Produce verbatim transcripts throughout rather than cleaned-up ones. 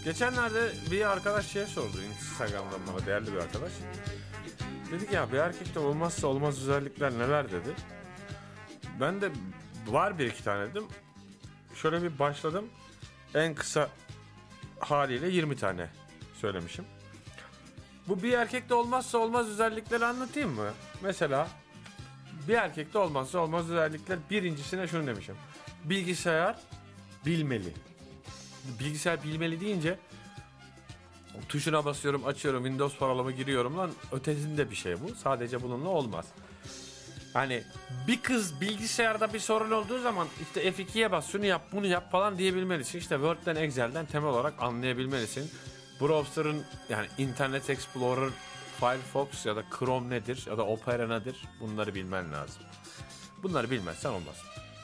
Geçenlerde bir arkadaş şey sordu Instagram'dan bana, değerli bir arkadaş. Dedi ki ya bir erkekte olmazsa olmaz özellikler neler dedi. Ben de var bir iki tane dedim. Şöyle bir başladım. En kısa haliyle yirmi tane söylemişim. Bu bir erkekte olmazsa olmaz özellikleri anlatayım mı? Mesela bir erkekte olmazsa olmaz özellikler, birincisine şunu demişim. Bilgisayar bilmeli. Bilgisayar bilmeli deyince tuşuna basıyorum, açıyorum, Windows paralamı giriyorum lan, ötesinde bir şey bu. Sadece bununla olmaz. Hani bir kız bilgisayarda bir sorun olduğu zaman işte F ikiye bas, şunu yap, bunu yap falan diyebilmelisin. İşte Word'den, Excel'den temel olarak anlayabilmelisin. Browser'ın, yani Internet Explorer, Firefox ya da Chrome nedir ya da Opera nedir, bunları bilmen lazım. Bunları bilmezsen olmaz.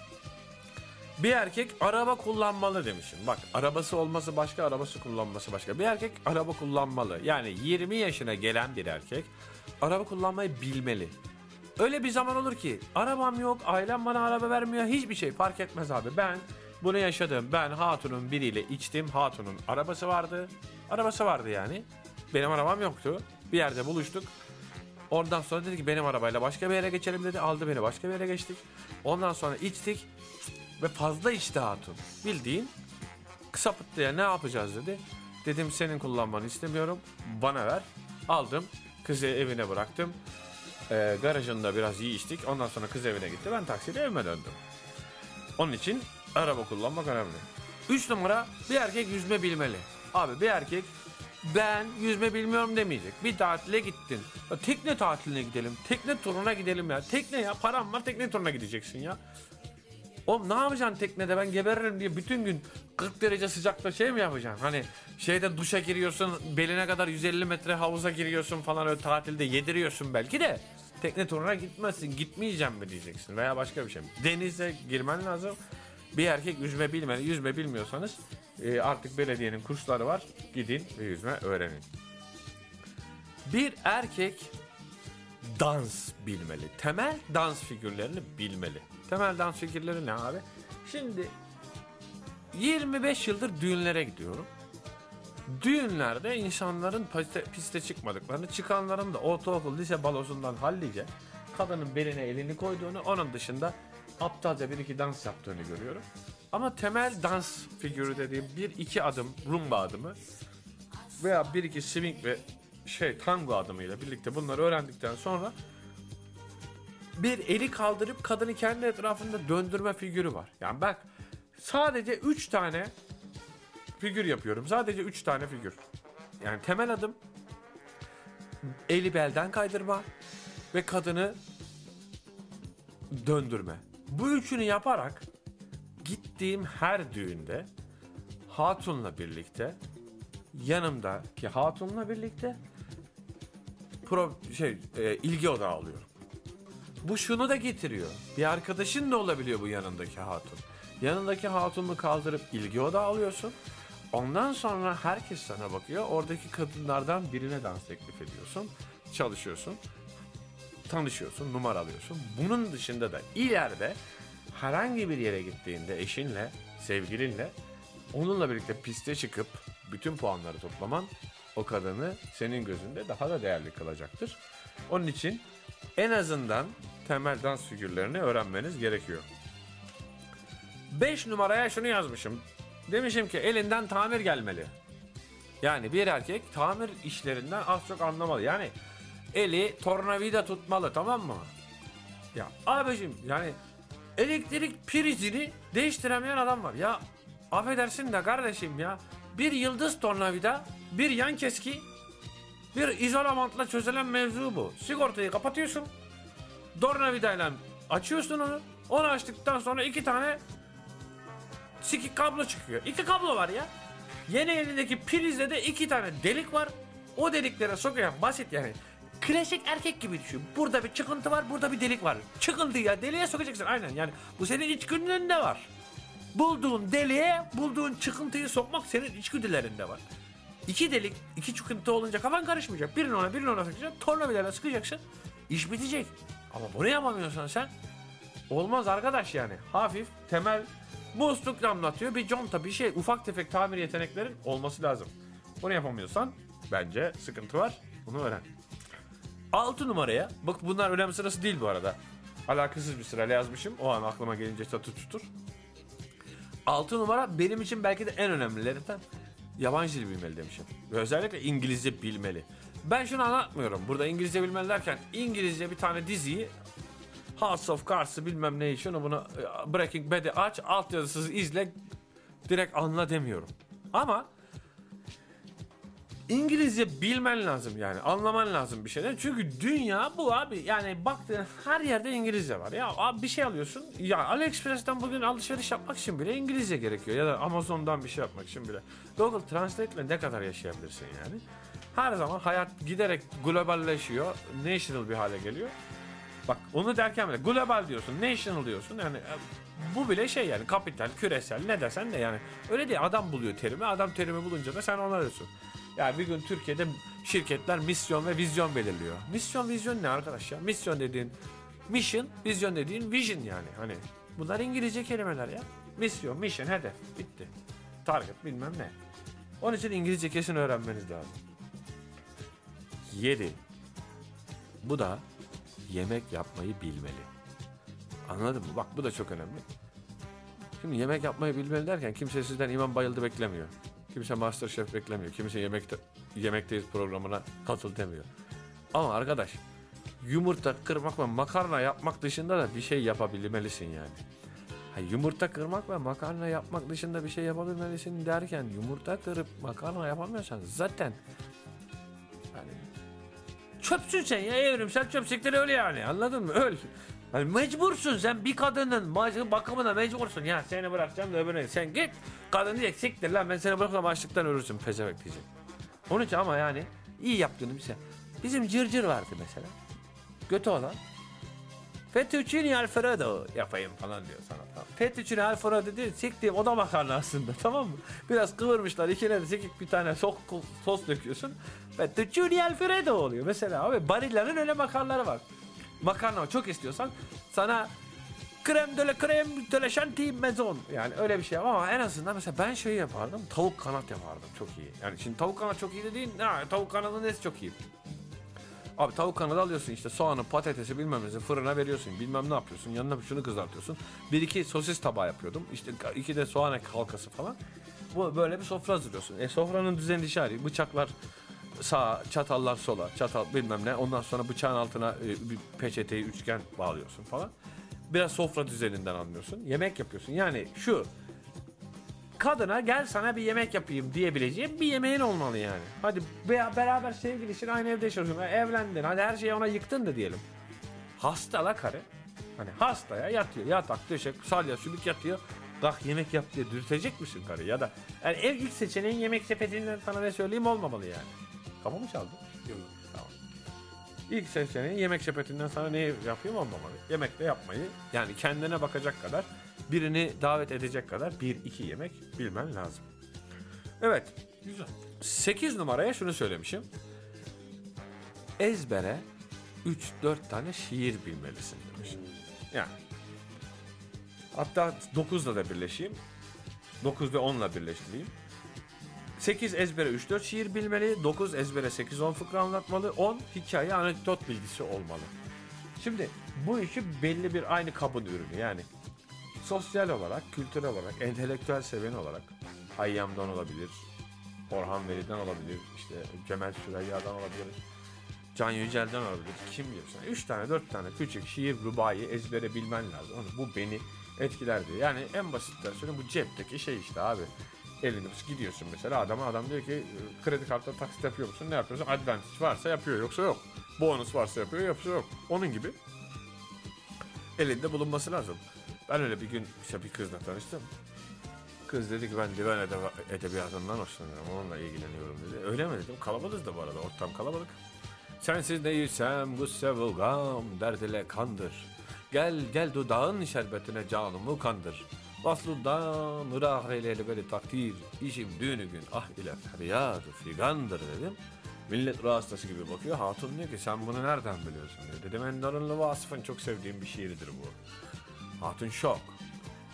Bir erkek araba kullanmalı demişim. Bak, arabası olması başka, arabası kullanması başka. Bir erkek araba kullanmalı. Yani yirmi yaşına gelen bir erkek araba kullanmayı bilmeli. Öyle bir zaman olur ki arabam yok, ailem bana araba vermiyor, hiçbir şey fark etmez abi. Ben bunu yaşadım. Ben hatunun biriyle içtim. Hatunun arabası vardı. Arabası vardı yani. Benim arabam yoktu. Bir yerde buluştuk. Ondan sonra dedi ki benim arabayla başka bir yere geçelim dedi. Aldı beni, başka bir yere geçtik. Ondan sonra içtik. Ve fazla içti hatun. Bildiğin kısa pıtlıya ne yapacağız dedi. Dedim senin kullanmanı istemiyorum. Bana ver. Aldım. Kızı evine bıraktım. Ee, garajında biraz iyi içtik. Ondan sonra kız evine gitti. Ben taksiyle evime döndüm. Onun için araba kullanmak önemli. Üç numara, bir erkek yüzme bilmeli. Abi bir erkek ben yüzme bilmiyorum demeyecek. Bir tatile gittin. Ya tekne tatiline gidelim. Tekne turuna gidelim ya. Tekne ya, param var, tekne turuna gideceksin ya. Oğlum ne yapacaksın teknede, ben geberirim diye bütün gün kırk derece sıcakta şey mi yapacaksın? Hani şeyde duşa giriyorsun, beline kadar yüz elli metre havuza giriyorsun falan, öyle tatilde yediriyorsun belki de. Tekne turuna gitmezsin, gitmeyeceğim mi diyeceksin veya başka bir şey mi? Denize girmen lazım. Bir erkek yüzme bilmeli. Yüzme bilmiyorsanız e, artık belediyenin kursları var. Gidin ve yüzme öğrenin. Bir erkek dans bilmeli. Temel dans figürlerini bilmeli. Temel dans figürleri ne abi? Şimdi yirmi beş yıldır düğünlere gidiyorum. Düğünlerde insanların piste, piste çıkmadıklarını, çıkanların da ortaokul, lise balosundan hallice kadının beline elini koyduğunu, onun dışında aptalca bir iki dans yaptığını görüyorum. Ama temel dans figürü dediğim bir iki adım rumba adımı veya bir iki swing ve şey tango adımıyla birlikte bunları öğrendikten sonra bir eli kaldırıp kadını kendi etrafında döndürme figürü var. Yani bak, sadece üç tane figür yapıyorum. Sadece üç tane figür. Yani temel adım, eli belden kaydırma ve kadını döndürme. Bu üçünü yaparak gittiğim her düğünde hatunla birlikte, yanımdaki hatunla birlikte pro, şey e, ilgi odağı alıyorum. Bu şunu da getiriyor. Bir arkadaşın da olabiliyor bu yanındaki hatun. Yanındaki hatununu kaldırıp ilgi odağı alıyorsun. Ondan sonra herkes sana bakıyor. Oradaki kadınlardan birine dans teklif ediyorsun. Çalışıyorsun. Tanışıyorsun. Numara alıyorsun. Bunun dışında da ileride herhangi bir yere gittiğinde eşinle, sevgilinle, onunla birlikte piste çıkıp bütün puanları toplaman o kadını senin gözünde daha da değerli kılacaktır. Onun için en azından temel dans figürlerini öğrenmeniz gerekiyor. beş numaraya şunu yazmışım. Demişim ki elinden tamir gelmeli. Yani bir erkek tamir işlerinden az çok anlamalı. Yani eli tornavida tutmalı, tamam mı? Ya abicim, yani elektrik prizini değiştiremeyen adam var. Ya affedersin de kardeşim ya. Bir yıldız tornavida, bir yan keski, bir izolamantla çözülen mevzu bu. Sigortayı kapatıyorsun. Tornavidayla açıyorsun onu. Onu açtıktan sonra iki tane sikik kablo çıkıyor. İki kablo var ya. Yeni elindeki prizde de iki tane delik var. O deliklere sokuyor. Basit yani. Klasik erkek gibi düşün. Burada bir çıkıntı var, burada bir delik var. Çıkıntıyı ya deliğe sokacaksın. Aynen yani. Bu senin içgüdülerinde var. Bulduğun deliğe, bulduğun çıkıntıyı sokmak senin içgüdülerinde var. İki delik, iki çıkıntı olunca kafan karışmayacak. Birini ona, birini ona sokacaksın. Tornavidayla sıkacaksın. İş bitecek. Ama bunu yapamıyorsan sen, olmaz arkadaş yani. Hafif, temel Musluk damlatıyor, bir conta, bir şey, ufak tefek tamir yeteneklerin olması lazım. Bunu yapamıyorsan bence sıkıntı var. Bunu öğren. Altı numaraya, bak bunlar önemli sırası değil bu arada. Alakasız bir sırayla yazmışım. O an aklıma gelince çatır çutur. Altı numara benim için belki de en önemlilerinden. Yabancı dil bilmeli demişim. Ve özellikle İngilizce bilmeli. Ben şunu anlatmıyorum. Burada İngilizce bilmeli derken İngilizce bir tane diziyi, House of Cards'ı bilmem neyi, şunu bunu, Breaking Bad'i aç, altyazısız izle, direkt anla demiyorum. Ama İngilizce bilmen lazım yani. Anlaman lazım bir şeyler. Çünkü dünya bu abi. Yani baktığın her yerde İngilizce var. Ya abi bir şey alıyorsun. Ya AliExpress'ten bugün alışveriş yapmak için bile İngilizce gerekiyor. Ya da Amazon'dan bir şey yapmak için bile. Google Translate ile ne kadar yaşayabilirsin yani. Her zaman hayat giderek globalleşiyor. National bir hale geliyor. Bak onu derken bile global diyorsun, national diyorsun. Yani bu bile şey yani, kapital, küresel, ne desen de yani. Öyle değil, adam buluyor terimi. Adam terimi bulunca da sen ona diyorsun. Yani bir gün Türkiye'de şirketler misyon ve vizyon belirliyor. Misyon, vizyon ne arkadaş ya? Misyon dediğin mission, vizyon dediğin vision yani. Hani bunlar İngilizce kelimeler ya. Misyon, mission, hedef. Bitti. Target bilmem ne. Onun için İngilizce kesin öğrenmeniz lazım. yedi. Bu da yemek yapmayı bilmeli. Anladın mı? Bak bu da çok önemli. Şimdi yemek yapmayı bilmeli derken kimse sizden İmam Bayıldı beklemiyor. Kimse MasterChef beklemiyor. Kimse yemekte, Yemekteyiz programına katıl demiyor. Ama arkadaş, yumurta kırmak ve makarna yapmak dışında da bir şey yapabilmelisin yani. Ha, yumurta kırmak ve makarna yapmak dışında bir şey yapabilmelisin derken yumurta kırıp makarna yapamıyorsan zaten yani çöpsün sen ya, evrimsel çöpçekler öyle yani, anladın mı? Öl. Yani mecbursun sen bir kadının bakımına mecbursun ya, seni bırakacağım da öbürüne sen git, kadın diyecek siktir lan ben seni bırakırsam açlıktan ölürsün pezevenk diyecek. Onun için ama yani iyi yaptığını bir şey. Bizim cırcır vardı mesela, götü olan fettuccine alfredo yapayım falan diyor sana. Tamam. Fettuccine alfredo değil, siktiğim o da makarna aslında, tamam mı? Biraz kıvırmışlar, içine de sikik bir tane sok, sos döküyorsun. Fettuccine alfredo oluyor mesela abi. Barilla'nın öyle makarnaları var. Makarna çok istiyorsan sana krem de la krem de la chantilly maison, yani öyle bir şey ama en azından mesela ben şey yapardım, tavuk kanat yapardım çok iyi. Yani şimdi tavuk kanat çok iyi dediğin, ha, tavuk kanadının nesi çok iyi? Abi tavuk kanadı alıyorsun, işte soğanı, patatesi bilmem ne fırına veriyorsun, bilmem ne yapıyorsun, yanına şunu kızartıyorsun. Bir iki sosis tabağı yapıyordum, işte iki de soğan halkası falan. Bu böyle bir sofra hazırlıyorsun. E sofranın düzeni dışarı, bıçaklar sağa, çatallar sola, çatal bilmem ne. Ondan sonra bıçağın altına e, bir peçeteyi üçgen bağlıyorsun falan. Biraz sofra düzeninden anlıyorsun. Yemek yapıyorsun. Yani şu, kadına gel sana bir yemek yapayım diyebileceğim bir yemeğin olmalı yani. Hadi be, beraber sevgilisin, aynı evde yaşıyorsun, evlendin, hadi her şeyi ona yıktın da diyelim. Hasta la karı. Hani hastaya yatıyor, yatak, döşek, salya, sümük yatıyor. Kalk yemek yap diye dürtecek misin karı? Ya da yani ev ilk seçeneğin yemek sepetinden sana ne söyleyeyim olmamalı yani. Kafa mı çaldı? Yok. Tamam. İlk seçeneğin yemek sepetinden sana ne yapayım olmamalı. Yemek de yapmayı, yani kendine bakacak kadar, birini davet edecek kadar bir iki yemek bilmen lazım. Evet. Güzel. sekiz numaraya şunu söylemişim. Ezbere üç dört tane şiir bilmelisin demişim. Yani. Hatta dokuzla da birleşeyim. dokuz ve onla birleştireyim. sekiz ezbere üç dört şiir bilmeli. dokuz ezbere sekiz on fıkra anlatmalı. on hikaye, anekdot bilgisi olmalı. Şimdi bu işi belli bir aynı kabın ürünü. Yani sosyal olarak, kültürel olarak, entelektüel seviyen olarak Hayyam'dan olabilir, Orhan Veli'den olabilir, işte Cemal Süreyya'dan olabilir, Can Yücel'den olabilir. Kim diyorsun? üç tane dört tane küçük şiir, rubayı ezbere bilmen lazım. Bu beni etkiler diyor. Yani en basitten söyleyeyim, bu cepteki şey işte abi. Elinde gidiyorsun mesela adama, adam diyor ki kredi kartla taksit yapıyor musun? Ne yapıyorsun? Advantage varsa yapıyor, yoksa yok. Bonus varsa yapıyor, yoksa yok. Onun gibi elinde bulunması lazım. Ben öyle bir gün işte bir kızla tanıştım. Kız dedi ki ben divan edebiyatından hoşlanıyorum, onunla ilgileniyorum dedi. Öyle mi dedim? Kalabalığız da bu arada, ortam kalabalık. Sensiz değilsem bu sevgam derd ile kandır. Gel gel dudağın şerbetine canımı kandır. Vasludan ırak eyleyeli beni takdir. İşim düğünü gün ah ile feryadı figandır dedim. Millet ruh hastası gibi bakıyor. Hatun diyor ki sen bunu nereden biliyorsun diyor. Dedim Enderunlu Vasıf'ın çok sevdiğim bir şiiridir bu. Hatun şok.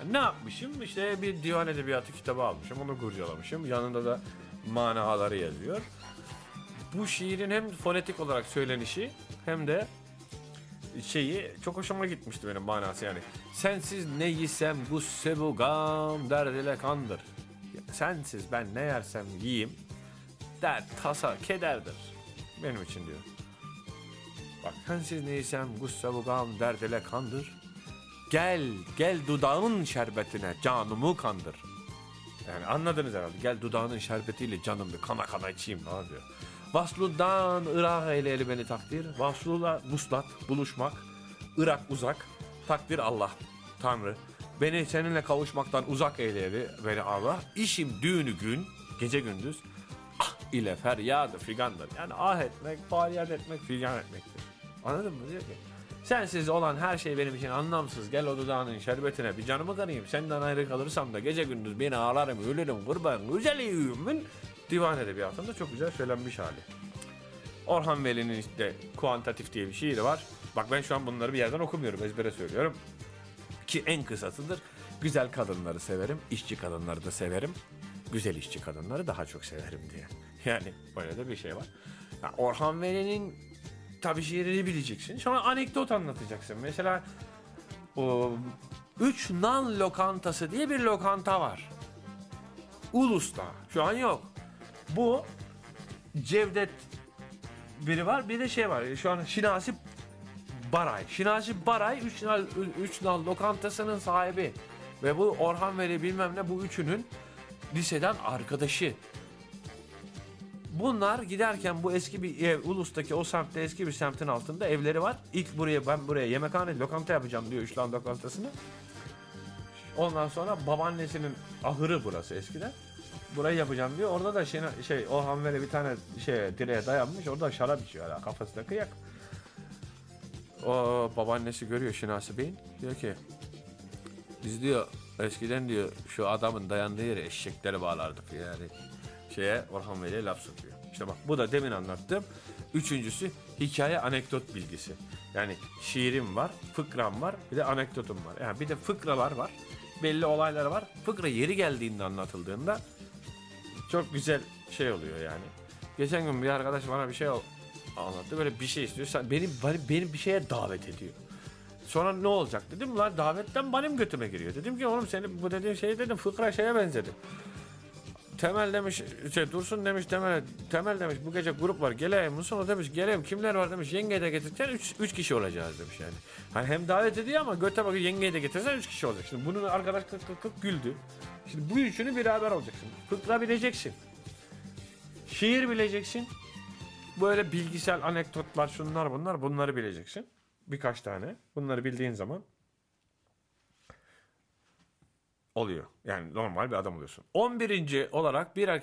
Ne yapmışım? İşte bir divan edebiyatı kitabı almışım. Onu kurcalamışım. Yanında da manaları yazıyor. Bu şiirin hem fonetik olarak söylenişi hem de şeyi çok hoşuma gitmişti benim manası yani. Sensiz ne yesem gusse bu gam derdile kandır. Sensiz ben ne yersem yiyeyim dert, tasa, kederdir. Benim için diyor. Bak sensiz ne yesem gusse bu gam derdile kandır. Gel, gel dudağın şerbetine canımı kandır. Yani anladınız herhalde. Gel dudağının şerbetiyle canımı kana kana içeyim abi diyor. Vasludan Irak eyleyeli beni takdir. Vaslula vuslat, buluşmak. Irak uzak. Takdir Allah, Tanrı. Beni seninle kavuşmaktan uzak eyleyeli beni Allah. İşim düğünü gün, gece gündüz. Ah ile feryadı figandır. Yani ah etmek, feryat etmek, figan etmektir. Anladın mı? Diyor ki sensiz olan her şey benim için anlamsız. Gel o dudağının şerbetine bir canımı karayım. Senden ayrı kalırsam da gece gündüz beni ağlarım, ölürüm, kurban, güzelimin divan edebiyatında çok güzel söylenmiş hali. Orhan Veli'nin işte Kuantatif diye bir şiiri var. Bak ben şu an bunları bir yerden okumuyorum, ezbere söylüyorum. Ki en kısasıdır. Güzel kadınları severim, işçi kadınları da severim. Güzel işçi kadınları daha çok severim diye. Yani böyle de bir şey var. Ya Orhan Veli'nin tabii şiirini bileceksin. Sonra anekdot anlatacaksın. Mesela o Üç Nan Lokantası diye bir lokanta var. Ulus'ta. Şu an yok. Bu Cevdet biri var, bir de şey var. Şu an Şinasi Baray. Şinasi Baray Üç Nal, Üç Nal Lokantası'nın sahibi. Ve bu Orhan Veli bilmem ne bu üçünün liseden arkadaşı. Bunlar giderken bu eski bir ev, Ulus'taki o semtte eski bir semtin altında evleri var. İlk buraya ben buraya yemekhane lokanta yapacağım diyor Üç Nal Lokantası'nı. Ondan sonra babaannesinin ahırı burası eskiden. Burayı yapacağım diyor. Orada da şey, şey Orhan Veli bir tane şey direğe dayanmış. Orada şarap içiyor hala. Kafasında kıyak. O babaannesi görüyor Şinasi Bey'in. Diyor ki biz diyor eskiden diyor şu adamın dayandığı yere eşekleri bağlardık yani. Şeye Orhan Veli'ye laf sokuyor. İşte bak bu da demin anlattığım. Üçüncüsü hikaye anekdot bilgisi. Yani şiirim var, fıkram var, bir de anekdotum var. Yani bir de fıkralar var. Belli olaylar var. Fıkra yeri geldiğinde anlatıldığında çok güzel şey oluyor yani. Geçen gün bir arkadaş bana bir şey anlattı. Böyle bir şey istiyor. Sen benim benim bir şeye davet ediyor. Sonra ne olacak dedim. Lan davetten benim götüme giriyor. Dedim ki oğlum senin bu dediğin şey dedim fıkra şeye benzedi. Temel demiş, şey, Dursun demiş Temel, Temel demiş bu gece grup var geleyim mi? Sonra demiş geleyim kimler var demiş yengeyi de getirirken üç, üç kişi olacağız demiş yani. Hani hem davet ediyor ama göte bakıyor yengeyi de getirsen üç kişi olacak. Şimdi bunun arkadaş kık kık kık güldü. Şimdi bu üçünü beraber olacaksın. Fıkra bileceksin. Şiir bileceksin. Böyle bilgisel anekdotlar şunlar bunlar bunları bileceksin. Birkaç tane. Bunları bildiğin zaman oluyor. Yani normal bir adam oluyorsun. on birinci olarak bir